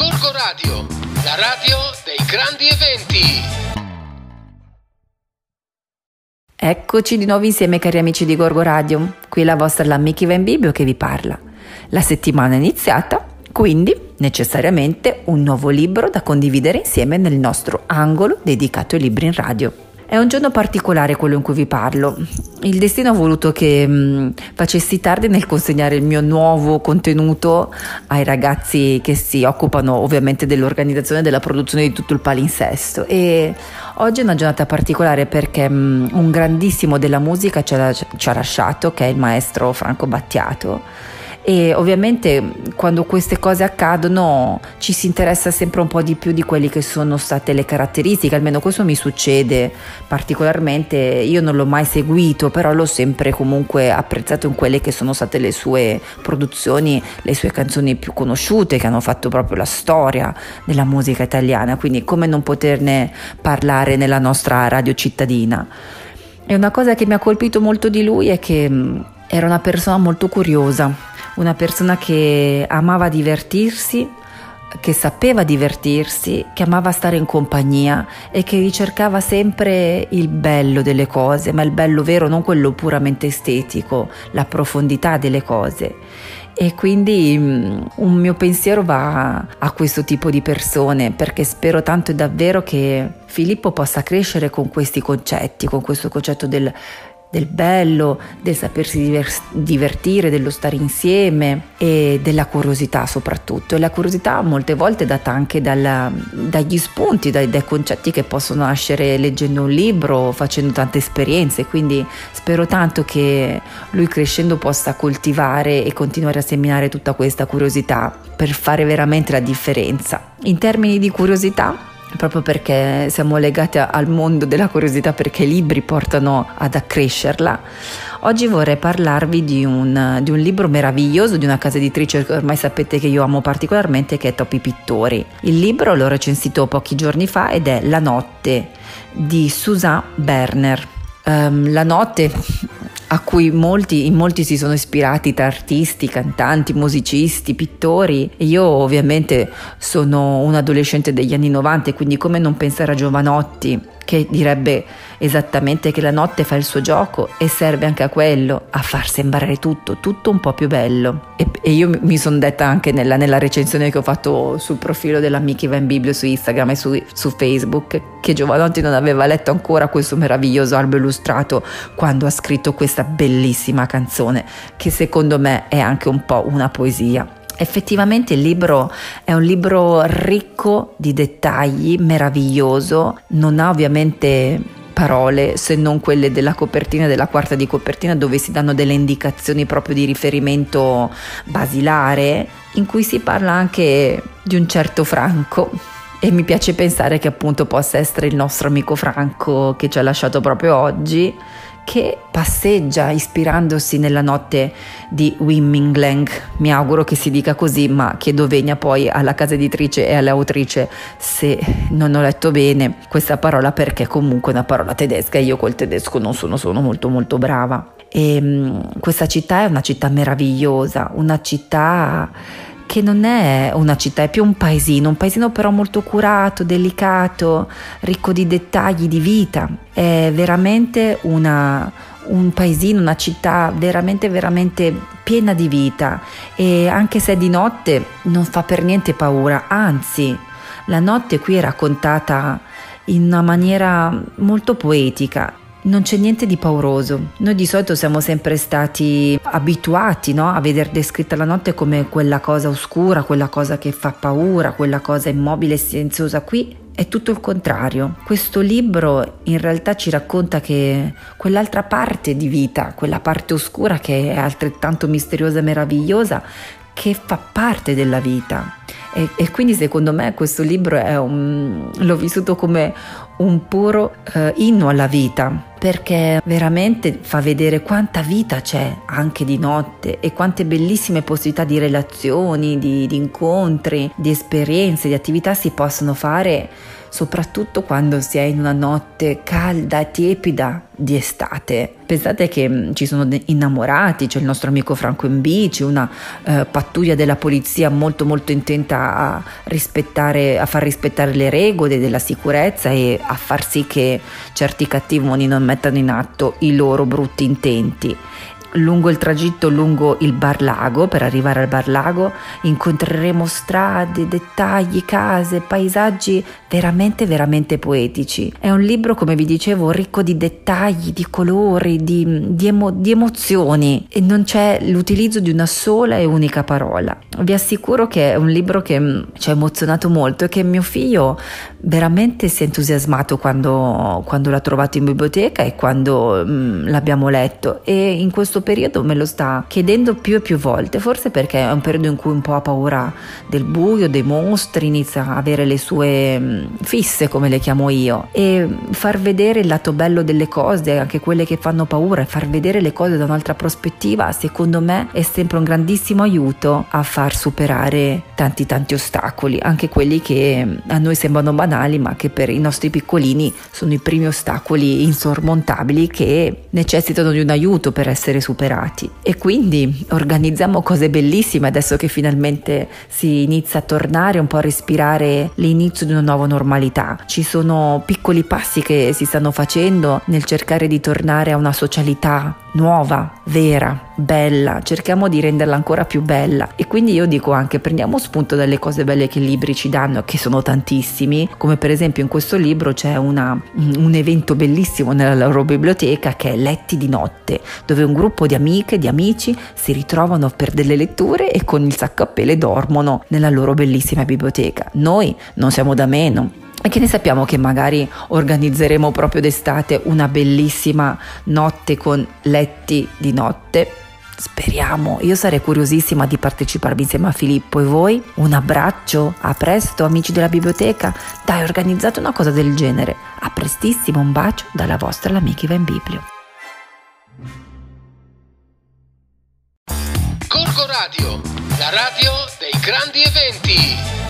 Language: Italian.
Gorgo Radio, la radio dei grandi eventi. Eccoci di nuovo insieme, cari amici di Gorgo Radio. Qui la vostra Lammichi Van Bibbio che vi parla. La settimana è iniziata, quindi necessariamente un nuovo libro da condividere insieme nel nostro angolo dedicato ai libri in radio. È un giorno particolare quello in cui vi parlo. Il destino ha voluto che facessi tardi nel consegnare il mio nuovo contenuto ai ragazzi che si occupano ovviamente dell'organizzazione e della produzione di tutto il palinsesto. E oggi è una giornata particolare perché un grandissimo della musica ci ha lasciato, che è il maestro Franco Battiato. E ovviamente quando queste cose accadono ci si interessa sempre un po' di più di quelle che sono state le caratteristiche, almeno questo mi succede particolarmente. Io non l'ho mai seguito, però l'ho sempre comunque apprezzato in quelle che sono state le sue produzioni, le sue canzoni più conosciute, che hanno fatto proprio la storia della musica italiana, quindi come non poterne parlare nella nostra radio cittadina. E una cosa che mi ha colpito molto di lui è che era una persona molto curiosa, una persona che amava divertirsi, che sapeva divertirsi, che amava stare in compagnia e che ricercava sempre il bello delle cose, ma il bello vero, non quello puramente estetico, la profondità delle cose. E quindi un mio pensiero va a questo tipo di persone, perché spero tanto e davvero che Filippo possa crescere con questi concetti, con questo concetto del bello, del sapersi divertire, dello stare insieme e della curiosità soprattutto. E la curiosità molte volte è data anche dagli spunti, dai concetti che possono nascere leggendo un libro, facendo tante esperienze. Quindi spero tanto che lui crescendo possa coltivare e continuare a seminare tutta questa curiosità per fare veramente la differenza. In termini di curiosità, proprio perché siamo legati al mondo della curiosità, perché i libri portano ad accrescerla, oggi vorrei parlarvi di un libro meraviglioso di una casa editrice che ormai sapete che io amo particolarmente, che è Topi Pittori. Il libro l'ho recensito pochi giorni fa ed è La notte di Susan Berner. La notte a cui in molti si sono ispirati tra artisti, cantanti, musicisti, pittori. E io ovviamente sono un adolescente degli anni 90 e quindi come non pensare a Jovanotti, che direbbe esattamente che la notte fa il suo gioco e serve anche a quello, a far sembrare tutto un po' più bello. E io mi sono detta anche nella recensione che ho fatto sul profilo dell'Amici Van Biblio su Instagram e su Facebook, che Jovanotti non aveva letto ancora questo meraviglioso albo illustrato quando ha scritto questa bellissima canzone, che secondo me è anche un po' una poesia. Effettivamente il libro è un libro ricco di dettagli, meraviglioso, non ha ovviamente parole se non quelle della copertina e della quarta di copertina, dove si danno delle indicazioni proprio di riferimento basilare, in cui si parla anche di un certo Franco. E mi piace pensare che appunto possa essere il nostro amico Franco che ci ha lasciato proprio oggi, che passeggia ispirandosi nella notte di Wimminglang. Mi auguro che si dica così, ma chiedo venia poi alla casa editrice e all'autrice se non ho letto bene questa parola, perché comunque è una parola tedesca e io col tedesco non sono molto molto brava. E questa città è una città meravigliosa, una città che non è una città, è più un paesino però molto curato, delicato, ricco di dettagli, di vita. È veramente un paesino, una città veramente veramente piena di vita, e anche se è di notte non fa per niente paura, anzi la notte qui è raccontata in una maniera molto poetica. Non c'è niente di pauroso. Noi di solito siamo sempre stati abituati, no, a vedere descritta la notte come quella cosa oscura, quella cosa che fa paura, quella cosa immobile e silenziosa. Qui è tutto il contrario. Questo libro in realtà ci racconta che quell'altra parte di vita, quella parte oscura che è altrettanto misteriosa e meravigliosa, che fa parte della vita. E quindi secondo me questo libro l'ho vissuto come un puro inno alla vita, perché veramente fa vedere quanta vita c'è anche di notte e quante bellissime possibilità di relazioni, di incontri, di esperienze, di attività si possono fare, soprattutto quando si è in una notte calda e tiepida di estate. Pensate che ci sono innamorati, c'è il nostro amico Franco in bici, una pattuglia della polizia molto molto intenta a far rispettare le regole della sicurezza e a far sì che certi cattivoni non mettano in atto i loro brutti intenti. Lungo il tragitto lungo il Bar Lago, per arrivare al Bar Lago, incontreremo strade, dettagli, case, paesaggi veramente veramente poetici. È un libro, come vi dicevo, ricco di dettagli, di colori, di emozioni, e non c'è l'utilizzo di una sola e unica parola. Vi assicuro che è un libro che ci ha emozionato molto e che mio figlio veramente si è entusiasmato quando l'ha trovato in biblioteca e quando l'abbiamo letto, e in questo periodo me lo sta chiedendo più e più volte, forse perché è un periodo in cui un po' ha paura del buio, dei mostri, inizia a avere le sue fisse, come le chiamo io, e far vedere il lato bello delle cose, anche quelle che fanno paura, e far vedere le cose da un'altra prospettiva, secondo me è sempre un grandissimo aiuto a far superare tanti ostacoli, anche quelli che a noi sembrano banali ma che per i nostri piccolini sono i primi ostacoli insormontabili che necessitano di un aiuto per essere superati. E quindi organizziamo cose bellissime adesso che finalmente si inizia a tornare un po' a respirare l'inizio di una nuova normalità. Ci sono piccoli passi che si stanno facendo nel cercare di tornare a una socialità nuova, vera, bella, cerchiamo di renderla ancora più bella. E quindi io dico anche, prendiamo spunto dalle cose belle che i libri ci danno, che sono tantissimi, come per esempio in questo libro c'è un evento bellissimo nella loro biblioteca che è Letti di notte, dove un gruppo di amiche e di amici si ritrovano per delle letture e con il sacco a pelo dormono nella loro bellissima biblioteca. Noi non siamo da meno. E che ne sappiamo che magari organizzeremo proprio d'estate una bellissima notte con letti di notte? Speriamo, io sarei curiosissima di parteciparvi insieme a Filippo. E voi? Un abbraccio, a presto amici della biblioteca, dai, organizzate una cosa del genere. A prestissimo, un bacio dalla vostra L'Amica in Biblio. Gorgo Radio, la radio dei grandi eventi.